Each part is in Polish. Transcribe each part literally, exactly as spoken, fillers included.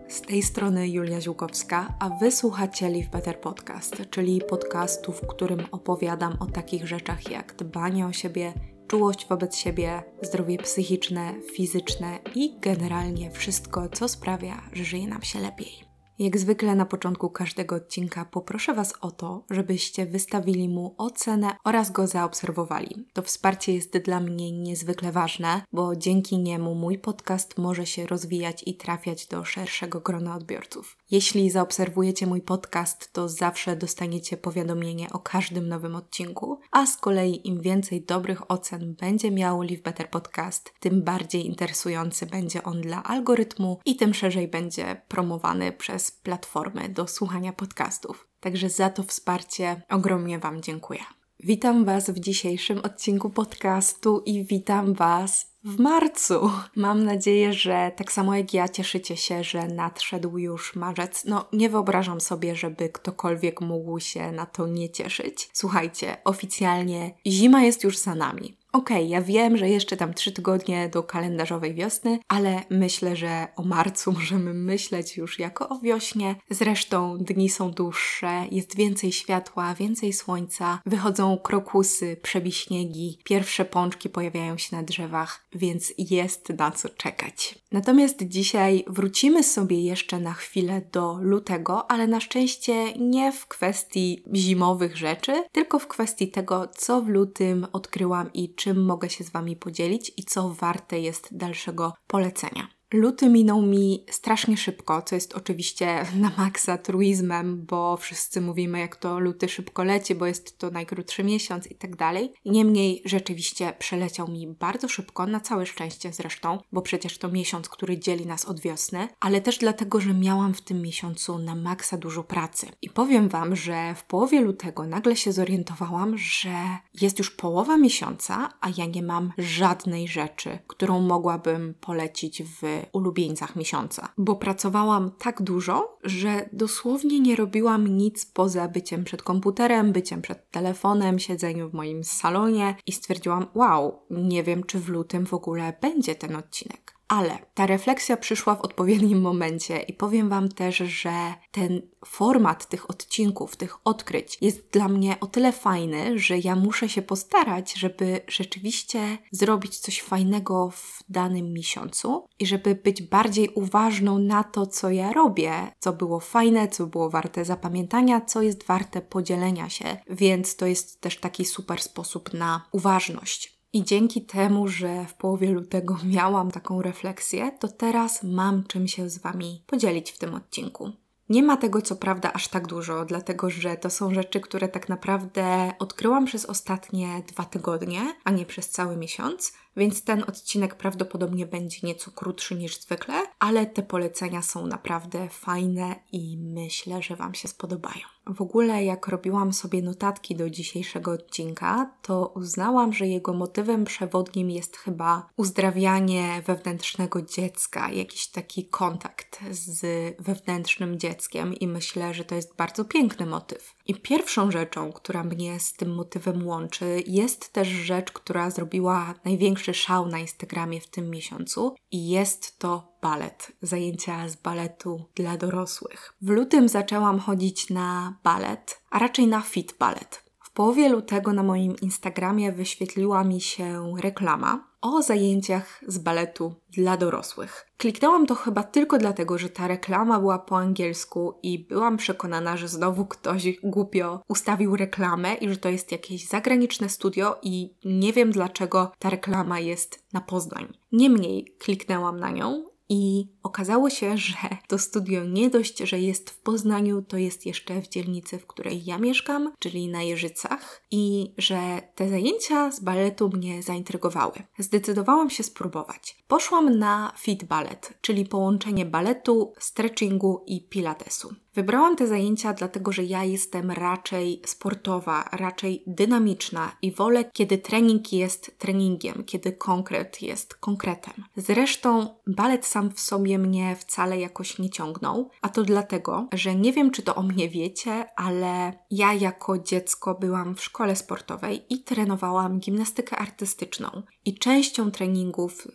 Z tej strony Julia Ziłkowska, a Wy słuchacie Live Better Podcast, czyli podcastu, w którym opowiadam o takich rzeczach jak dbanie o siebie, czułość wobec siebie, zdrowie psychiczne, fizyczne i generalnie wszystko, co sprawia, że żyje nam się lepiej. Jak zwykle na początku każdego odcinka poproszę Was o to, żebyście wystawili mu ocenę oraz go zaobserwowali. To wsparcie jest dla mnie niezwykle ważne, bo dzięki niemu mój podcast może się rozwijać i trafiać do szerszego grona odbiorców. Jeśli zaobserwujecie mój podcast, to zawsze dostaniecie powiadomienie o każdym nowym odcinku, a z kolei im więcej dobrych ocen będzie miał Live Better Podcast, tym bardziej interesujący będzie on dla algorytmu i tym szerzej będzie promowany przez platformy do słuchania podcastów. Także za to wsparcie ogromnie Wam dziękuję. Witam Was w dzisiejszym odcinku podcastu i witam Was w marcu. Mam nadzieję, że tak samo jak ja cieszycie się, że nadszedł już marzec. No, nie wyobrażam sobie, żeby ktokolwiek mógł się na to nie cieszyć. Słuchajcie, oficjalnie zima jest już za nami. Okej, okay, ja wiem, że jeszcze tam trzy tygodnie do kalendarzowej wiosny, ale myślę, że o marcu możemy myśleć już jako o wiośnie. Zresztą dni są dłuższe, jest więcej światła, więcej słońca, wychodzą krokusy, przebiśniegi, pierwsze pączki pojawiają się na drzewach, więc jest na co czekać. Natomiast dzisiaj wrócimy sobie jeszcze na chwilę do lutego, ale na szczęście nie w kwestii zimowych rzeczy, tylko w kwestii tego, co w lutym odkryłam i czym mogę się z Wami podzielić i co warte jest dalszego polecenia. Luty minął mi strasznie szybko, co jest oczywiście na maksa truizmem, bo wszyscy mówimy, jak to luty szybko leci, bo jest to najkrótszy miesiąc i tak dalej. Niemniej rzeczywiście przeleciał mi bardzo szybko, na całe szczęście zresztą, bo przecież to miesiąc, który dzieli nas od wiosny, ale też dlatego, że miałam w tym miesiącu na maksa dużo pracy. I powiem Wam, że w połowie lutego nagle się zorientowałam, że jest już połowa miesiąca, a ja nie mam żadnej rzeczy, którą mogłabym polecić w ulubieńcach miesiąca, bo pracowałam tak dużo, że dosłownie nie robiłam nic poza byciem przed komputerem, byciem przed telefonem, siedzeniem w moim salonie i stwierdziłam, wow, nie wiem, czy w lutym w ogóle będzie ten odcinek. Ale ta refleksja przyszła w odpowiednim momencie i powiem Wam też, że ten format tych odcinków, tych odkryć jest dla mnie o tyle fajny, że ja muszę się postarać, żeby rzeczywiście zrobić coś fajnego w danym miesiącu i żeby być bardziej uważną na to, co ja robię, co było fajne, co było warte zapamiętania, co jest warte podzielenia się, więc to jest też taki super sposób na uważność. I dzięki temu, że w połowie lutego miałam taką refleksję, to teraz mam czym się z Wami podzielić w tym odcinku. Nie ma tego co prawda aż tak dużo, dlatego że to są rzeczy, które tak naprawdę odkryłam przez ostatnie dwa tygodnie, a nie przez cały miesiąc, więc ten odcinek prawdopodobnie będzie nieco krótszy niż zwykle, ale te polecenia są naprawdę fajne i myślę, że Wam się spodobają. W ogóle jak robiłam sobie notatki do dzisiejszego odcinka, to uznałam, że jego motywem przewodnim jest chyba uzdrawianie wewnętrznego dziecka, jakiś taki kontakt z wewnętrznym dzieckiem i myślę, że to jest bardzo piękny motyw. I pierwszą rzeczą, która mnie z tym motywem łączy, jest też rzecz, która zrobiła największy szał na Instagramie w tym miesiącu i jest to balet, zajęcia z baletu dla dorosłych. W lutym zaczęłam chodzić na balet, a raczej na fit balet. W połowie lutego na moim Instagramie wyświetliła mi się reklama o zajęciach z baletu dla dorosłych. Kliknęłam to chyba tylko dlatego, że ta reklama była po angielsku i byłam przekonana, że znowu ktoś głupio ustawił reklamę i że to jest jakieś zagraniczne studio i nie wiem dlaczego ta reklama jest na Poznań. Niemniej kliknęłam na nią i okazało się, że to studio nie dość, że jest w Poznaniu, to jest jeszcze w dzielnicy, w której ja mieszkam, czyli na Jeżycach i że te zajęcia z baletu mnie zaintrygowały. Zdecydowałam się spróbować. Poszłam na fit ballet, czyli połączenie baletu, stretchingu i pilatesu. Wybrałam te zajęcia dlatego, że ja jestem raczej sportowa, raczej dynamiczna i wolę, kiedy trening jest treningiem, kiedy konkret jest konkretem. Zresztą balet sam w sobie mnie wcale jakoś nie ciągnął, a to dlatego, że nie wiem, czy to o mnie wiecie, ale ja jako dziecko byłam w szkole sportowej i trenowałam gimnastykę artystyczną. I częścią treningów gimnastycznych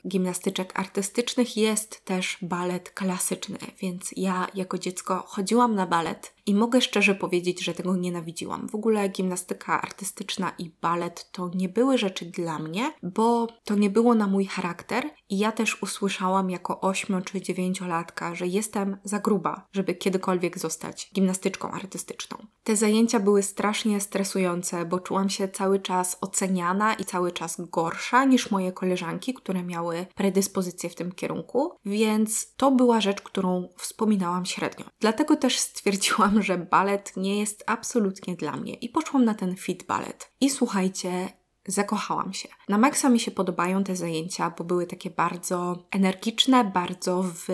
gimnastyczek artystycznych jest też balet klasyczny, więc ja jako dziecko chodziłam na balet i mogę szczerze powiedzieć, że tego nienawidziłam. W ogóle gimnastyka artystyczna i balet to nie były rzeczy dla mnie, bo to nie było na mój charakter i ja też usłyszałam jako ośmiu czy dziewięciolatka, że jestem za gruba, żeby kiedykolwiek zostać gimnastyczką artystyczną. Te zajęcia były strasznie stresujące, bo czułam się cały czas oceniana i cały czas gorsza niż moje koleżanki, które miały predyspozycję w tym kierunku, więc to była rzecz, którą wspominałam średnio. Dlatego też stwierdziłam, że balet nie jest absolutnie dla mnie i poszłam na ten fit balet. I słuchajcie, zakochałam się. Na maksa mi się podobają te zajęcia, bo były takie bardzo energiczne, bardzo w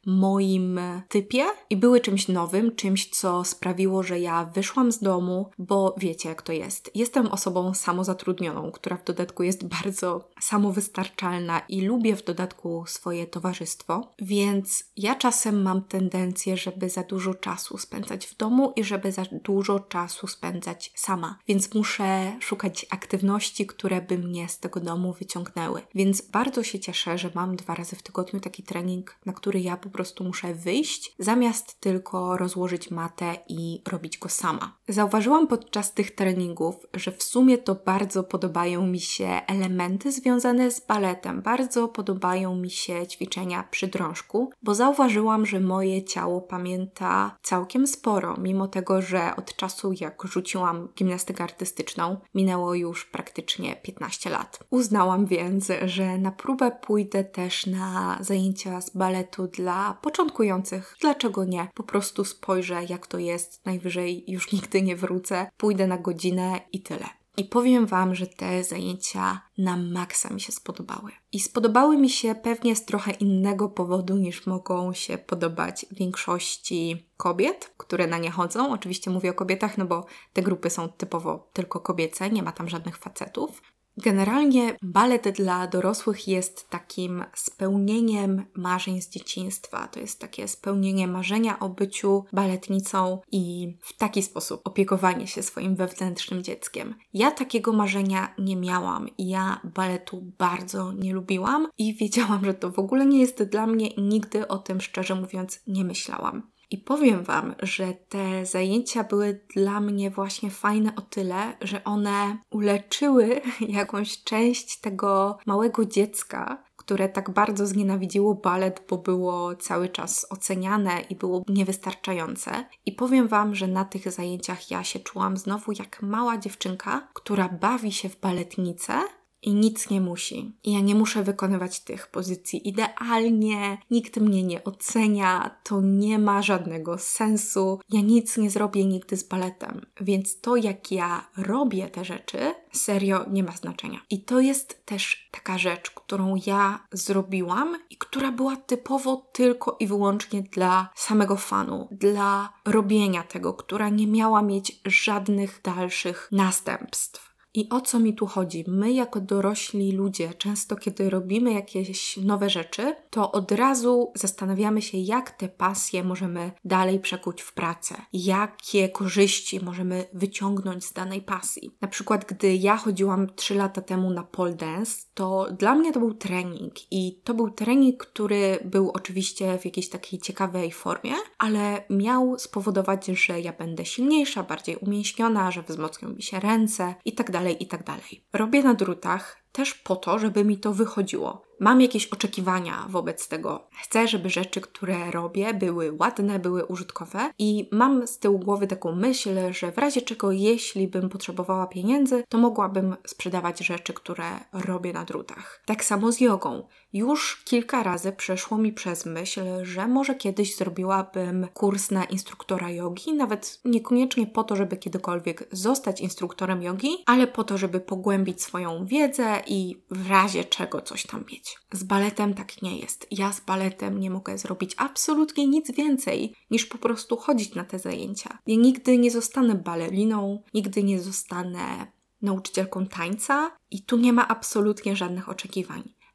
moim typie i były czymś nowym, czymś, co sprawiło, że ja wyszłam z domu, bo wiecie jak to jest. Jestem osobą samozatrudnioną, która w dodatku jest bardzo samowystarczalna i lubię w dodatku swoje towarzystwo, więc ja czasem mam tendencję, żeby za dużo czasu spędzać w domu i żeby za dużo czasu spędzać sama, więc muszę szukać aktywności, które by mnie z tego domu wyciągnęły. Więc bardzo się cieszę, że mam dwa razy w tygodniu taki trening, na który ja po prostu muszę wyjść, zamiast tylko rozłożyć matę i robić go sama. Zauważyłam podczas tych treningów, że w sumie to bardzo podobają mi się elementy związane z baletem. Bardzo podobają mi się ćwiczenia przy drążku, bo zauważyłam, że moje ciało pamięta całkiem sporo, mimo tego, że od czasu jak rzuciłam gimnastykę artystyczną, minęło już praktycznie piętnaście lat. Uznałam więc, że na próbę pójdę też na zajęcia z baletu dla początkujących. Dlaczego nie? Po prostu spojrzę, jak to jest, najwyżej już nigdy nie wrócę, pójdę na godzinę i tyle. I powiem Wam, że te zajęcia na maksa mi się spodobały. I spodobały mi się pewnie z trochę innego powodu, niż mogą się podobać większości kobiet, które na nie chodzą. Oczywiście mówię o kobietach, no bo te grupy są typowo tylko kobiece, nie ma tam żadnych facetów. Generalnie balet dla dorosłych jest takim spełnieniem marzeń z dzieciństwa. To jest takie spełnienie marzenia o byciu baletnicą i w taki sposób opiekowanie się swoim wewnętrznym dzieckiem. Ja takiego marzenia nie miałam i ja baletu bardzo nie lubiłam i wiedziałam, że to w ogóle nie jest dla mnie i nigdy o tym szczerze mówiąc nie myślałam. I powiem Wam, że te zajęcia były dla mnie właśnie fajne o tyle, że one uleczyły jakąś część tego małego dziecka, które tak bardzo znienawidziło balet, bo było cały czas oceniane i było niewystarczające. I powiem Wam, że na tych zajęciach ja się czułam znowu jak mała dziewczynka, która bawi się w baletnicę, i nic nie musi. I ja nie muszę wykonywać tych pozycji idealnie, nikt mnie nie ocenia, to nie ma żadnego sensu. Ja nic nie zrobię nigdy z baletem. Więc to, jak ja robię te rzeczy, serio nie ma znaczenia. I to jest też taka rzecz, którą ja zrobiłam i która była typowo tylko i wyłącznie dla samego fanu, dla robienia tego, która nie miała mieć żadnych dalszych następstw. I o co mi tu chodzi? My jako dorośli ludzie, często kiedy robimy jakieś nowe rzeczy, to od razu zastanawiamy się, jak te pasje możemy dalej przekuć w pracę. Jakie korzyści możemy wyciągnąć z danej pasji. Na przykład, gdy ja chodziłam trzy lata temu na pole dance, to dla mnie to był trening. I to był trening, który był oczywiście w jakiejś takiej ciekawej formie, ale miał spowodować, że ja będę silniejsza, bardziej umięśniona, że wzmocnią mi się ręce i tak dalej. I tak dalej. Robię na drutach też po to, żeby mi to wychodziło. Mam jakieś oczekiwania wobec tego. Chcę, żeby rzeczy, które robię, były ładne, były użytkowe i mam z tyłu głowy taką myśl, że w razie czego, jeśli bym potrzebowała pieniędzy, to mogłabym sprzedawać rzeczy, które robię na drutach. Tak samo z jogą. Już kilka razy przeszło mi przez myśl, że może kiedyś zrobiłabym kurs na instruktora jogi, nawet niekoniecznie po to, żeby kiedykolwiek zostać instruktorem jogi, ale po to, żeby pogłębić swoją wiedzę i w razie czego coś tam mieć. Z baletem tak nie jest. Ja z baletem nie mogę zrobić absolutnie nic więcej, niż po prostu chodzić na te zajęcia. Ja nigdy nie zostanę baleriną, nigdy nie zostanę nauczycielką tańca i tu nie ma absolutnie żadnych oczekiwań.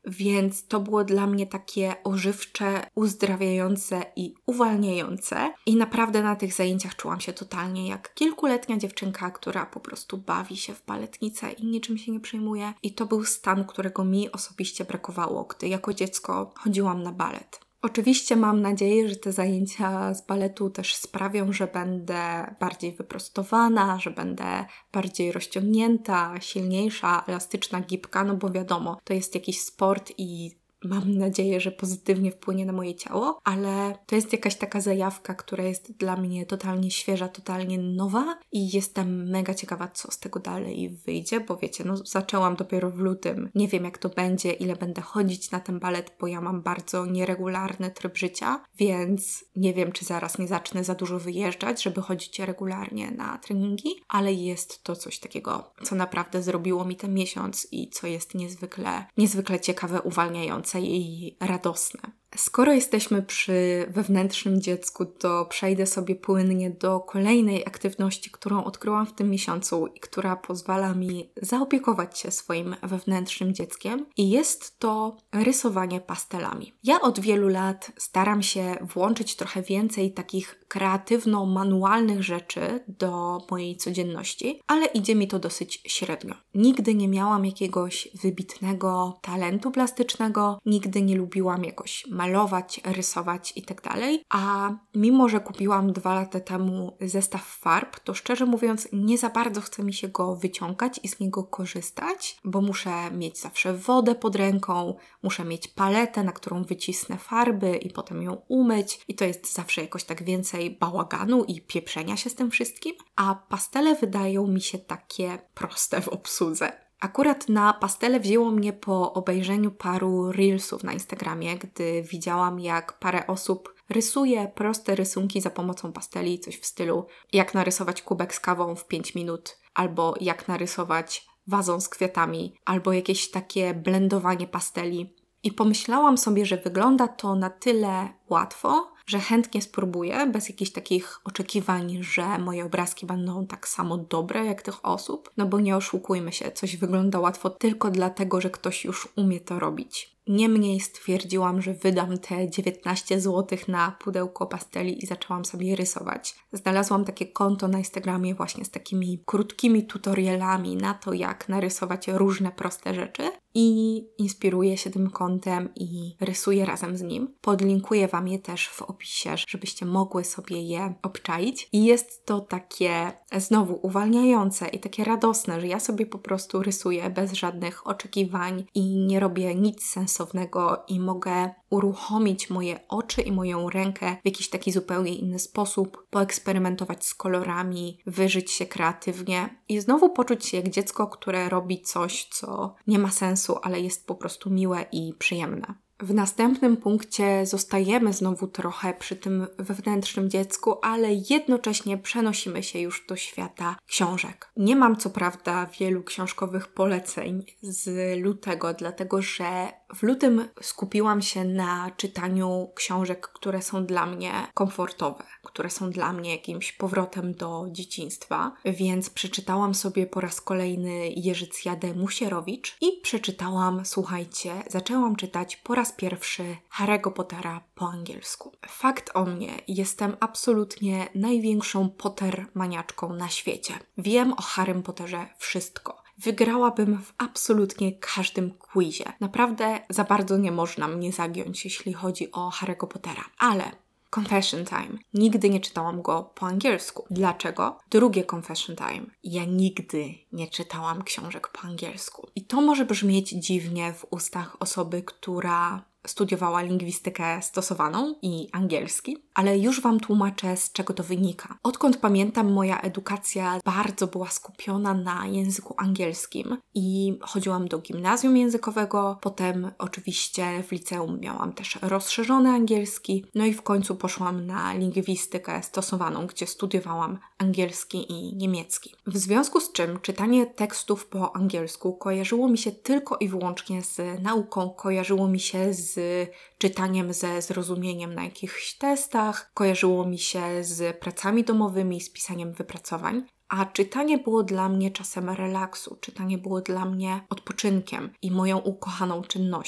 więc to było dla mnie takie ożywcze, uzdrawiające i uwalniające. I naprawdę na tych zajęciach czułam się totalnie jak kilkuletnia dziewczynka, która po prostu bawi się w baletnicę i niczym się nie przejmuje. I to był stan, którego mi osobiście brakowało, gdy jako dziecko chodziłam na balet. Oczywiście mam nadzieję, że te zajęcia z baletu też sprawią, że będę bardziej wyprostowana, że będę bardziej rozciągnięta, silniejsza, elastyczna, gibka, no bo wiadomo, to jest jakiś sport i mam nadzieję, że pozytywnie wpłynie na moje ciało, ale to jest jakaś taka zajawka, która jest dla mnie totalnie świeża, totalnie nowa i jestem mega ciekawa, co z tego dalej wyjdzie, bo wiecie, no zaczęłam dopiero w lutym, nie wiem jak to będzie, ile będę chodzić na ten balet, bo ja mam bardzo nieregularny tryb życia, więc nie wiem, czy zaraz nie zacznę za dużo wyjeżdżać, żeby chodzić regularnie na treningi, ale jest to coś takiego, co naprawdę zrobiło mi ten miesiąc i co jest niezwykle, niezwykle ciekawe, uwalniające i radosne. Skoro jesteśmy przy wewnętrznym dziecku, to przejdę sobie płynnie do kolejnej aktywności, którą odkryłam w tym miesiącu i która pozwala mi zaopiekować się swoim wewnętrznym dzieckiem i jest to rysowanie pastelami. Ja od wielu lat staram się włączyć trochę więcej takich kreatywno-manualnych rzeczy do mojej codzienności, ale idzie mi to dosyć średnio. Nigdy nie miałam jakiegoś wybitnego talentu plastycznego, nigdy nie lubiłam jakoś malować, rysować i tak dalej, a mimo, że kupiłam dwa lata temu zestaw farb, to szczerze mówiąc nie za bardzo chce mi się go wyciągać i z niego korzystać, bo muszę mieć zawsze wodę pod ręką, muszę mieć paletę, na którą wycisnę farby i potem ją umyć i to jest zawsze jakoś tak więcej bałaganu i pieprzenia się z tym wszystkim, a pastele wydają mi się takie proste w obsłudze. Akurat na pastele wzięło mnie po obejrzeniu paru reelsów na Instagramie, gdy widziałam, jak parę osób rysuje proste rysunki za pomocą pasteli, coś w stylu jak narysować kubek z kawą w pięć minut, albo jak narysować wazon z kwiatami, albo jakieś takie blendowanie pasteli. I pomyślałam sobie, że wygląda to na tyle łatwo, że chętnie spróbuję, bez jakichś takich oczekiwań, że moje obrazki będą tak samo dobre jak tych osób, no bo nie oszukujmy się, coś wygląda łatwo tylko dlatego, że ktoś już umie to robić. Niemniej stwierdziłam, że wydam te dziewiętnaście złotych na pudełko pasteli i zaczęłam sobie rysować. Znalazłam takie konto na Instagramie właśnie z takimi krótkimi tutorialami na to, jak narysować różne proste rzeczy i inspiruję się tym kontem i rysuję razem z nim. Podlinkuję Wam je też w opisie, żebyście mogły sobie je obczaić. I jest to takie znowu uwalniające i takie radosne, że ja sobie po prostu rysuję bez żadnych oczekiwań i nie robię nic sensownego i mogę uruchomić moje oczy i moją rękę w jakiś taki zupełnie inny sposób, poeksperymentować z kolorami, wyżyć się kreatywnie i znowu poczuć się jak dziecko, które robi coś, co nie ma sensu, ale jest po prostu miłe i przyjemne. W następnym punkcie zostajemy znowu trochę przy tym wewnętrznym dziecku, ale jednocześnie przenosimy się już do świata książek. Nie mam co prawda wielu książkowych poleceń z lutego, dlatego że w lutym skupiłam się na czytaniu książek, które są dla mnie komfortowe, które są dla mnie jakimś powrotem do dzieciństwa, więc przeczytałam sobie po raz kolejny Jerzycjadę Musierowicz i przeczytałam, słuchajcie, zaczęłam czytać po raz pierwszy Harry'ego Pottera po angielsku. Fakt o mnie, jestem absolutnie największą Potter-maniaczką na świecie. Wiem o Harrym Potterze wszystko. Wygrałabym w absolutnie każdym quizie. Naprawdę za bardzo nie można mnie zagiąć, jeśli chodzi o Harry'ego Pottera. Ale confession time. Nigdy nie czytałam go po angielsku. Dlaczego? Drugie confession time. Ja nigdy nie czytałam książek po angielsku. I to może brzmieć dziwnie w ustach osoby, która studiowała lingwistykę stosowaną i angielski, ale już Wam tłumaczę, z czego to wynika. Odkąd pamiętam, moja edukacja bardzo była skupiona na języku angielskim i chodziłam do gimnazjum językowego, potem oczywiście w liceum miałam też rozszerzony angielski, no i w końcu poszłam na lingwistykę stosowaną, gdzie studiowałam angielski i niemiecki. W związku z czym czytanie tekstów po angielsku kojarzyło mi się tylko i wyłącznie z nauką, kojarzyło mi się z czytaniem ze zrozumieniem na jakichś testach, kojarzyło mi się z pracami domowymi, z pisaniem wypracowań, a czytanie było dla mnie czasem relaksu, czytanie było dla mnie odpoczynkiem i moją ukochaną czynnością.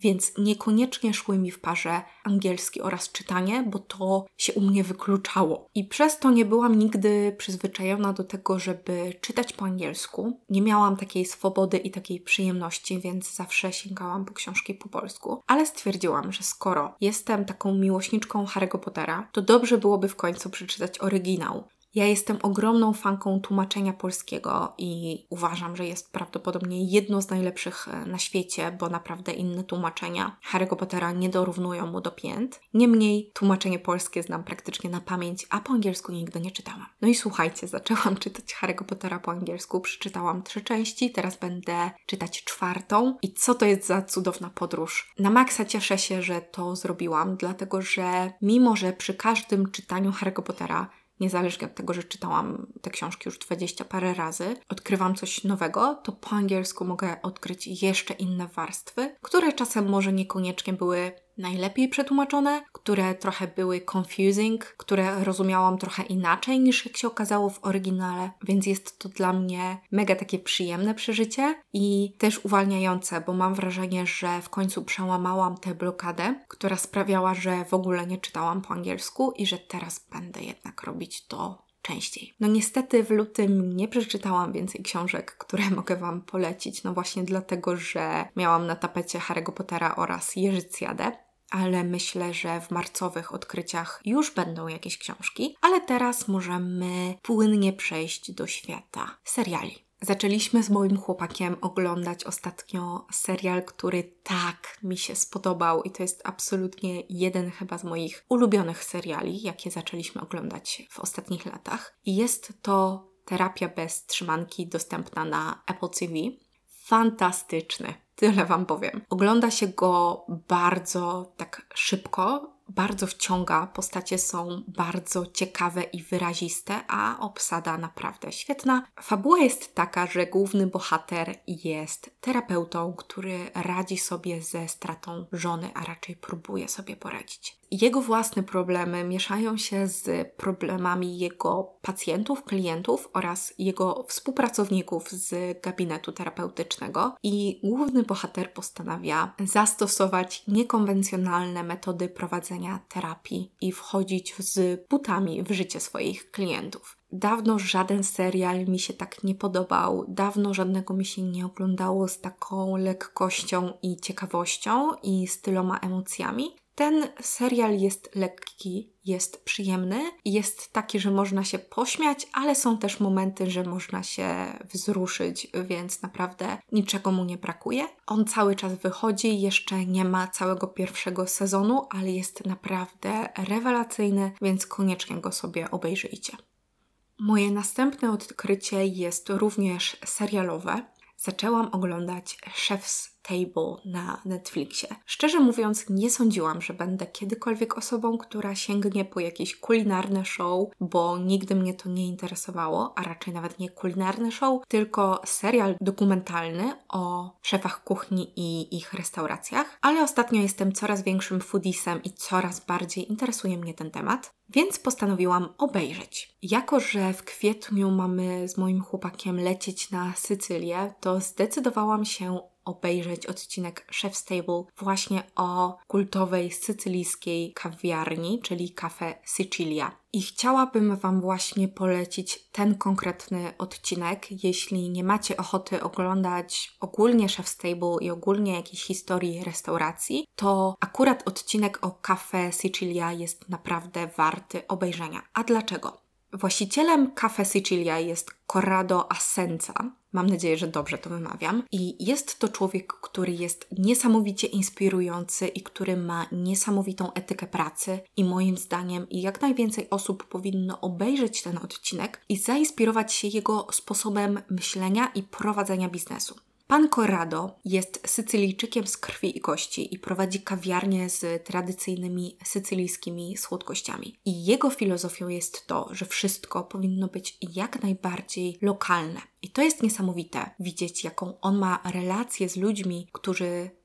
więc niekoniecznie szły mi w parze angielski oraz czytanie, bo to się u mnie wykluczało. I przez to nie byłam nigdy przyzwyczajona do tego, żeby czytać po angielsku. Nie miałam takiej swobody i takiej przyjemności, więc zawsze sięgałam po książki po polsku. Ale stwierdziłam, że skoro jestem taką miłośniczką Harry'ego Pottera, to dobrze byłoby w końcu przeczytać oryginał. Ja jestem ogromną fanką tłumaczenia polskiego i uważam, że jest prawdopodobnie jedno z najlepszych na świecie, bo naprawdę inne tłumaczenia Harry'ego Pottera nie dorównują mu do pięt. Niemniej tłumaczenie polskie znam praktycznie na pamięć, a po angielsku nigdy nie czytałam. No i słuchajcie, zaczęłam czytać Harry'ego Pottera po angielsku, przeczytałam trzy części, teraz będę czytać czwartą. I co to jest za cudowna podróż? Na maksa cieszę się, że to zrobiłam, dlatego że mimo, że przy każdym czytaniu Harry'ego Pottera niezależnie od tego, że czytałam te książki już dwadzieścia parę razy, odkrywam coś nowego, to po angielsku mogę odkryć jeszcze inne warstwy, które czasem może niekoniecznie były najlepiej przetłumaczone, które trochę były confusing, które rozumiałam trochę inaczej niż jak się okazało w oryginale, więc jest to dla mnie mega takie przyjemne przeżycie i też uwalniające, bo mam wrażenie, że w końcu przełamałam tę blokadę, która sprawiała, że w ogóle nie czytałam po angielsku i że teraz będę jednak robić to częściej. No niestety w lutym nie przeczytałam więcej książek, które mogę Wam polecić, no właśnie dlatego, że miałam na tapecie Harry'ego Pottera oraz Jerzycjadę, ale myślę, że w marcowych odkryciach już będą jakieś książki, ale teraz możemy płynnie przejść do świata seriali. Zaczęliśmy z moim chłopakiem oglądać ostatnio serial, który tak mi się spodobał i to jest absolutnie jeden chyba z moich ulubionych seriali, jakie zaczęliśmy oglądać w ostatnich latach. I jest to Terapia bez trzymanki, dostępna na Apple T V. Fantastyczny, tyle Wam powiem. Ogląda się go bardzo tak szybko, bardzo wciąga, postacie są bardzo ciekawe i wyraziste, a obsada naprawdę świetna. Fabuła jest taka, że główny bohater jest terapeutą, który radzi sobie ze stratą żony, a raczej próbuje sobie poradzić. Jego własne problemy mieszają się z problemami jego pacjentów, klientów oraz jego współpracowników z gabinetu terapeutycznego i główny bohater postanawia zastosować niekonwencjonalne metody prowadzenia terapii i wchodzić z butami w życie swoich klientów. Dawno żaden serial mi się tak nie podobał, dawno żadnego mi się nie oglądało z taką lekkością i ciekawością i z tyloma emocjami. Ten serial jest lekki, jest przyjemny, jest taki, że można się pośmiać, ale są też momenty, że można się wzruszyć, więc naprawdę niczego mu nie brakuje. On cały czas wychodzi, jeszcze nie ma całego pierwszego sezonu, ale jest naprawdę rewelacyjny, więc koniecznie go sobie obejrzyjcie. Moje następne odkrycie jest również serialowe. Zaczęłam oglądać Chef's Table na Netflixie. Szczerze mówiąc, nie sądziłam, że będę kiedykolwiek osobą, która sięgnie po jakieś kulinarne show, bo nigdy mnie to nie interesowało, a raczej nawet nie kulinarne show, tylko serial dokumentalny o szefach kuchni i ich restauracjach. Ale ostatnio jestem coraz większym foodiesem i coraz bardziej interesuje mnie ten temat, więc postanowiłam obejrzeć. Jako że w kwietniu mamy z moim chłopakiem lecieć na Sycylię, to zdecydowałam się obejrzeć odcinek Chef's Table właśnie o kultowej sycylijskiej kawiarni, czyli Caffè Sicilia. I chciałabym Wam właśnie polecić ten konkretny odcinek. Jeśli nie macie ochoty oglądać ogólnie Chef's Table i ogólnie jakiejś historii restauracji, to akurat odcinek o Caffè Sicilia jest naprawdę warty obejrzenia. A dlaczego? Właścicielem Caffè Sicilia jest Corrado Assenza. Mam nadzieję, że dobrze to wymawiam. I jest to człowiek, który jest niesamowicie inspirujący i który ma niesamowitą etykę pracy i moim zdaniem i jak najwięcej osób powinno obejrzeć ten odcinek i zainspirować się jego sposobem myślenia i prowadzenia biznesu. Pan Corrado jest Sycylijczykiem z krwi i kości i prowadzi kawiarnię z tradycyjnymi sycylijskimi słodkościami. I jego filozofią jest to, że wszystko powinno być jak najbardziej lokalne. I to jest niesamowite widzieć, jaką on ma relację z ludźmi, którzy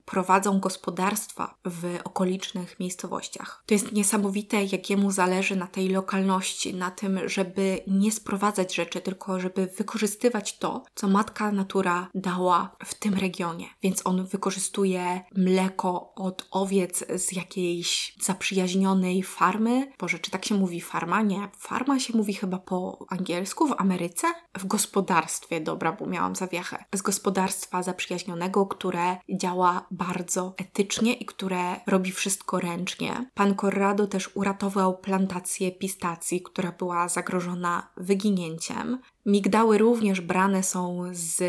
prowadzą gospodarstwa w okolicznych miejscowościach. To jest niesamowite, jakiemu zależy na tej lokalności, na tym, żeby nie sprowadzać rzeczy, tylko żeby wykorzystywać to, co matka natura dała w tym regionie. Więc on wykorzystuje mleko od owiec z jakiejś zaprzyjaźnionej farmy. Boże, czy tak się mówi farma? Nie. Farma się mówi chyba po angielsku w Ameryce? W gospodarstwie, dobra, bo miałam zawiachę. Z gospodarstwa zaprzyjaźnionego, które działa bardzo etycznie i które robi wszystko ręcznie. Pan Corrado też uratował plantację pistacji, która była zagrożona wyginięciem. Migdały również brane są z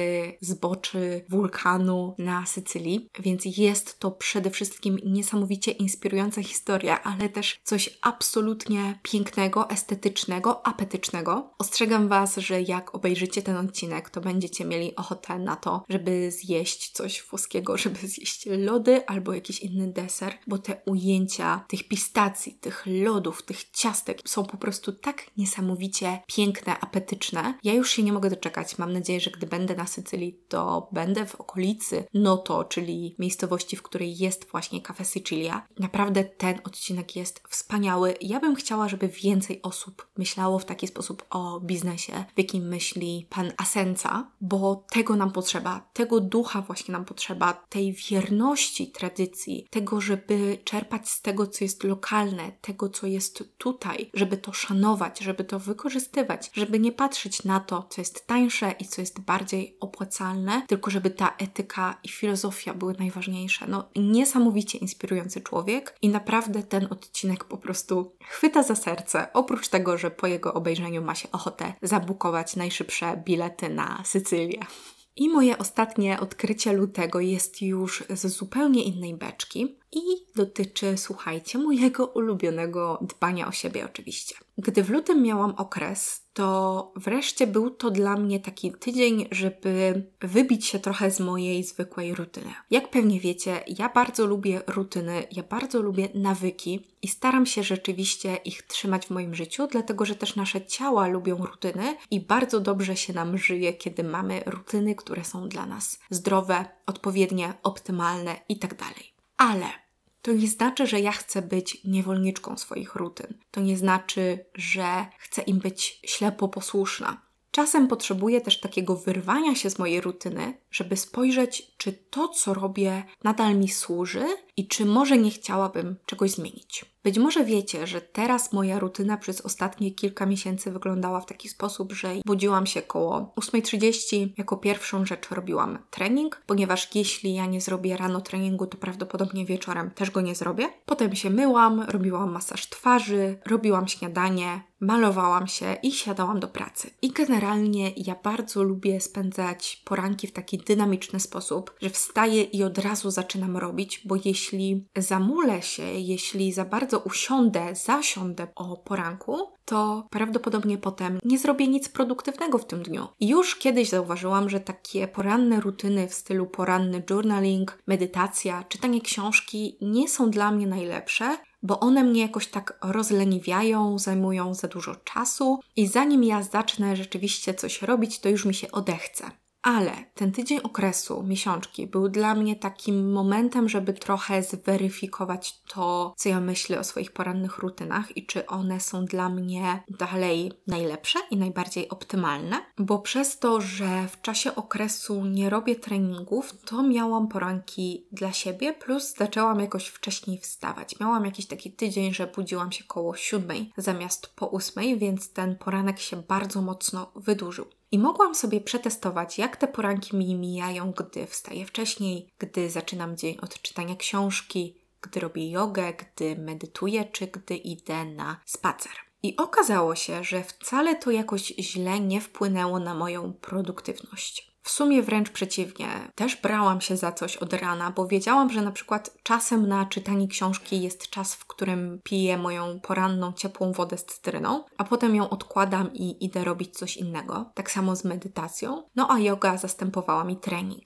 zboczy wulkanu na Sycylii, więc jest to przede wszystkim niesamowicie inspirująca historia, ale też coś absolutnie pięknego, estetycznego, apetycznego. Ostrzegam Was, że jak obejrzycie ten odcinek, to będziecie mieli ochotę na to, żeby zjeść coś włoskiego, żeby zjeść lody albo jakiś inny deser, bo te ujęcia tych pistacji, tych lodów, tych ciastek są po prostu tak niesamowicie piękne, apetyczne. Ja już się nie mogę doczekać. Mam nadzieję, że gdy będę na Sycylii, to będę w okolicy Noto, czyli miejscowości, w której jest właśnie Caffè Sicilia. Naprawdę ten odcinek jest wspaniały. Ja bym chciała, żeby więcej osób myślało w taki sposób o biznesie, w jakim myśli pan Asenza, bo tego nam potrzeba. Tego ducha właśnie nam potrzeba. Tej wierności tradycji. Tego, żeby czerpać z tego, co jest lokalne. Tego, co jest tutaj. Żeby to szanować, żeby to wykorzystywać. Żeby nie patrzeć na to, co jest tańsze i co jest bardziej opłacalne, tylko żeby ta etyka i filozofia były najważniejsze. No, niesamowicie inspirujący człowiek i naprawdę ten odcinek po prostu chwyta za serce. Oprócz tego, że po jego obejrzeniu ma się ochotę zabukować najszybsze bilety na Sycylię. I moje ostatnie odkrycie lutego jest już z zupełnie innej beczki i dotyczy, słuchajcie, mojego ulubionego dbania o siebie oczywiście. Gdy w lutym miałam okres, to wreszcie był to dla mnie taki tydzień, żeby wybić się trochę z mojej zwykłej rutyny. Jak pewnie wiecie, ja bardzo lubię rutyny, ja bardzo lubię nawyki i staram się rzeczywiście ich trzymać w moim życiu, dlatego że też nasze ciała lubią rutyny i bardzo dobrze się nam żyje, kiedy mamy rutyny, które są dla nas zdrowe, odpowiednie, optymalne i tak dalej. Ale to nie znaczy, że ja chcę być niewolniczką swoich rutyn. To nie znaczy, że chcę im być ślepo posłuszna. Czasem potrzebuję też takiego wyrwania się z mojej rutyny, żeby spojrzeć, czy to, co robię, nadal mi służy i czy może nie chciałabym czegoś zmienić. Być może wiecie, że teraz moja rutyna przez ostatnie kilka miesięcy wyglądała w taki sposób, że budziłam się koło ósma trzydzieści, jako pierwszą rzecz robiłam trening, ponieważ jeśli ja nie zrobię rano treningu, to prawdopodobnie wieczorem też go nie zrobię. Potem się myłam, robiłam masaż twarzy, robiłam śniadanie, malowałam się i siadałam do pracy. I generalnie ja bardzo lubię spędzać poranki w taki dynamiczny sposób, że wstaję i od razu zaczynam robić, bo jeśli zamulę się, jeśli za bardzo usiądę, zasiądę o poranku, to prawdopodobnie potem nie zrobię nic produktywnego w tym dniu. I już kiedyś zauważyłam, że takie poranne rutyny w stylu poranny journaling, medytacja, czytanie książki nie są dla mnie najlepsze, bo one mnie jakoś tak rozleniwiają, zajmują za dużo czasu i zanim ja zacznę rzeczywiście coś robić, to już mi się odechce. Ale ten tydzień okresu, miesiączki, był dla mnie takim momentem, żeby trochę zweryfikować to, co ja myślę o swoich porannych rutynach i czy one są dla mnie dalej najlepsze i najbardziej optymalne. Bo przez to, że w czasie okresu nie robię treningów, to miałam poranki dla siebie, plus zaczęłam jakoś wcześniej wstawać. Miałam jakiś taki tydzień, że budziłam się koło siódmej zamiast po ósmej, więc ten poranek się bardzo mocno wydłużył. I mogłam sobie przetestować, jak te poranki mi mijają, gdy wstaję wcześniej, gdy zaczynam dzień od czytania książki, gdy robię jogę, gdy medytuję, czy gdy idę na spacer. I okazało się, że wcale to jakoś źle nie wpłynęło na moją produktywność. W sumie wręcz przeciwnie. Też brałam się za coś od rana, bo wiedziałam, że na przykład czasem na czytanie książki jest czas, w którym piję moją poranną ciepłą wodę z cytryną, a potem ją odkładam i idę robić coś innego. Tak samo z medytacją. No a yoga zastępowała mi trening.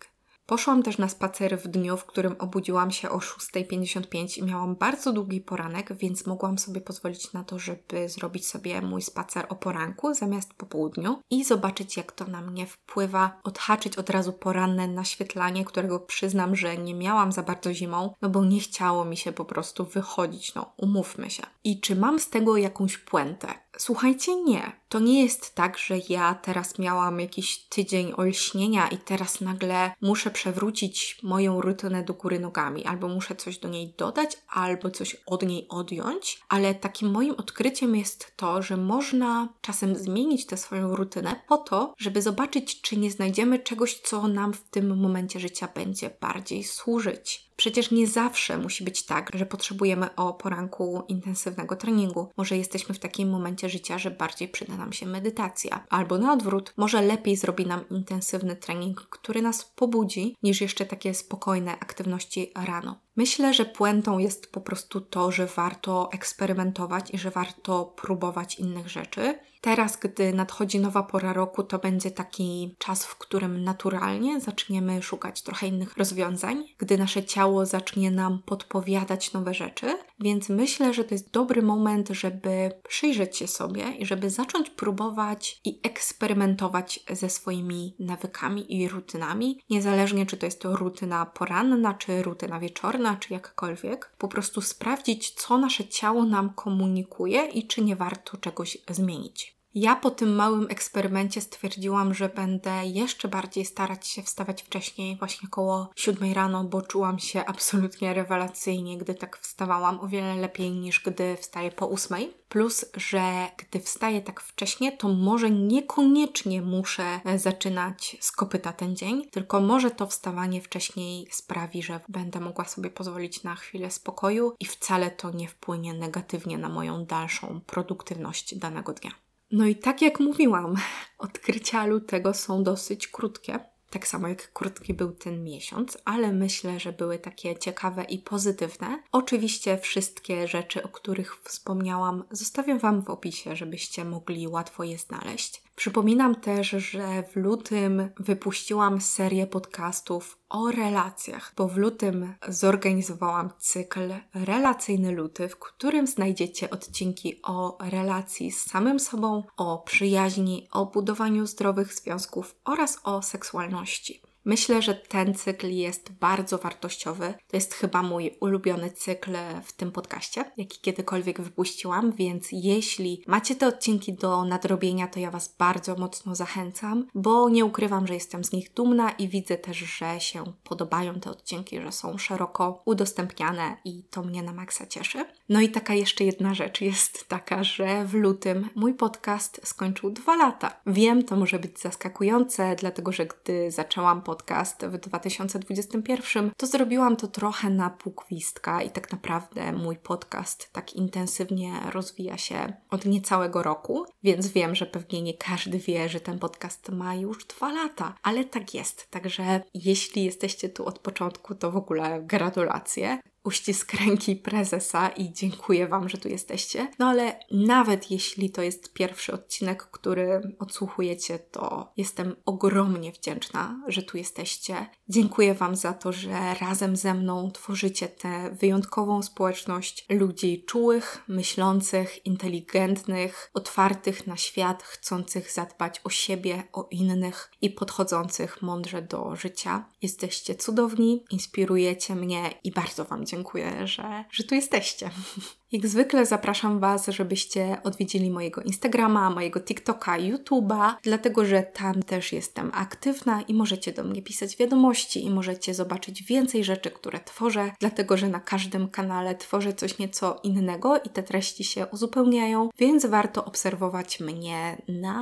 Poszłam też na spacer w dniu, w którym obudziłam się o szósta pięćdziesiąt pięć i miałam bardzo długi poranek, więc mogłam sobie pozwolić na to, żeby zrobić sobie mój spacer o poranku zamiast po południu i zobaczyć, jak to na mnie wpływa, odhaczyć od razu poranne naświetlanie, którego przyznam, że nie miałam za bardzo zimą, no bo nie chciało mi się po prostu wychodzić, no umówmy się. I czy mam z tego jakąś puentę? Słuchajcie, nie. To nie jest tak, że ja teraz miałam jakiś tydzień olśnienia i teraz nagle muszę przewrócić moją rutynę do góry nogami, albo muszę coś do niej dodać, albo coś od niej odjąć, ale takim moim odkryciem jest to, że można czasem zmienić tę swoją rutynę po to, żeby zobaczyć, czy nie znajdziemy czegoś, co nam w tym momencie życia będzie bardziej służyć. Przecież nie zawsze musi być tak, że potrzebujemy o poranku intensywnego treningu. Może jesteśmy w takim momencie życia, że bardziej przyda nam się medytacja. Albo na odwrót, może lepiej zrobi nam intensywny trening, który nas pobudzi, niż jeszcze takie spokojne aktywności rano. Myślę, że puentą jest po prostu to, że warto eksperymentować i że warto próbować innych rzeczy. Teraz, gdy nadchodzi nowa pora roku, to będzie taki czas, w którym naturalnie zaczniemy szukać trochę innych rozwiązań, gdy nasze ciało zacznie nam podpowiadać nowe rzeczy, więc myślę, że to jest dobry moment, żeby przyjrzeć się sobie i żeby zacząć próbować i eksperymentować ze swoimi nawykami i rutynami, niezależnie czy to jest to rutyna poranna, czy rutyna wieczorna, czy jakkolwiek. Po prostu sprawdzić, co nasze ciało nam komunikuje i czy nie warto czegoś zmienić. Ja po tym małym eksperymencie stwierdziłam, że będę jeszcze bardziej starać się wstawać wcześniej, właśnie koło siódmej rano, bo czułam się absolutnie rewelacyjnie, gdy tak wstawałam, o wiele lepiej niż gdy wstaję po ósmej. Plus, że gdy wstaję tak wcześnie, to może niekoniecznie muszę zaczynać z kopyta ten dzień, tylko może to wstawanie wcześniej sprawi, że będę mogła sobie pozwolić na chwilę spokoju i wcale to nie wpłynie negatywnie na moją dalszą produktywność danego dnia. No i tak jak mówiłam, odkrycia lutego są dosyć krótkie. Tak samo jak krótki był ten miesiąc, ale myślę, że były takie ciekawe i pozytywne. Oczywiście wszystkie rzeczy, o których wspomniałam, zostawię Wam w opisie, żebyście mogli łatwo je znaleźć. Przypominam też, że w lutym wypuściłam serię podcastów o relacjach, bo w lutym zorganizowałam cykl Relacyjny Luty, w którym znajdziecie odcinki o relacji z samym sobą, o przyjaźni, o budowaniu zdrowych związków oraz o seksualności. Myślę, że ten cykl jest bardzo wartościowy. To jest chyba mój ulubiony cykl w tym podcaście, jaki kiedykolwiek wypuściłam, więc jeśli macie te odcinki do nadrobienia, to ja Was bardzo mocno zachęcam, bo nie ukrywam, że jestem z nich dumna i widzę też, że się podobają te odcinki, że są szeroko udostępniane i to mnie na maksa cieszy. No i taka jeszcze jedna rzecz jest taka, że w lutym mój podcast skończył dwa lata. Wiem, to może być zaskakujące, dlatego że gdy zaczęłam podcast podcast w dwa tysiące dwudziestym pierwszym, to zrobiłam to trochę na pół gwizdka i tak naprawdę mój podcast tak intensywnie rozwija się od niecałego roku, więc wiem, że pewnie nie każdy wie, że ten podcast ma już dwa lata, ale tak jest. Także jeśli jesteście tu od początku, to w ogóle gratulacje. Uścisk ręki prezesa i dziękuję Wam, że tu jesteście. No ale nawet jeśli to jest pierwszy odcinek, który odsłuchujecie, to jestem ogromnie wdzięczna, że tu jesteście. Dziękuję Wam za to, że razem ze mną tworzycie tę wyjątkową społeczność ludzi czułych, myślących, inteligentnych, otwartych na świat, chcących zadbać o siebie, o innych i podchodzących mądrze do życia. Jesteście cudowni, inspirujecie mnie i bardzo Wam dziękuję. Dziękuję, że, że tu jesteście. Jak zwykle zapraszam Was, żebyście odwiedzili mojego Instagrama, mojego TikToka, YouTube'a, dlatego że tam też jestem aktywna i możecie do mnie pisać wiadomości i możecie zobaczyć więcej rzeczy, które tworzę, dlatego że na każdym kanale tworzę coś nieco innego i te treści się uzupełniają, więc warto obserwować mnie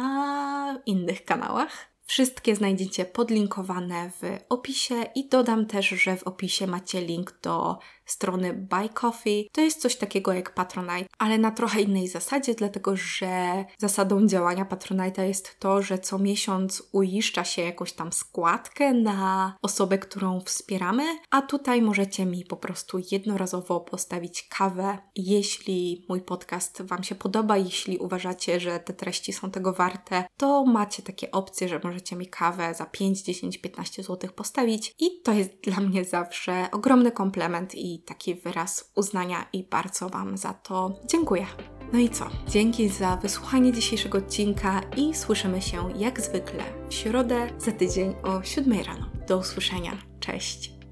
na innych kanałach. Wszystkie znajdziecie podlinkowane w opisie i dodam też, że w opisie macie link do strony Buy Coffee. To jest coś takiego jak Patronite, ale na trochę innej zasadzie, dlatego że zasadą działania Patronite'a jest to, że co miesiąc uiszcza się jakąś tam składkę na osobę, którą wspieramy, a tutaj możecie mi po prostu jednorazowo postawić kawę, jeśli mój podcast Wam się podoba, jeśli uważacie, że te treści są tego warte, to macie takie opcje, że możecie mi kawę za pięć, dziesięć, piętnaście złotych postawić i to jest dla mnie zawsze ogromny komplement i taki wyraz uznania i bardzo Wam za to dziękuję. No i co? Dzięki za wysłuchanie dzisiejszego odcinka i słyszymy się jak zwykle w środę za tydzień o siódmej rano. Do usłyszenia. Cześć!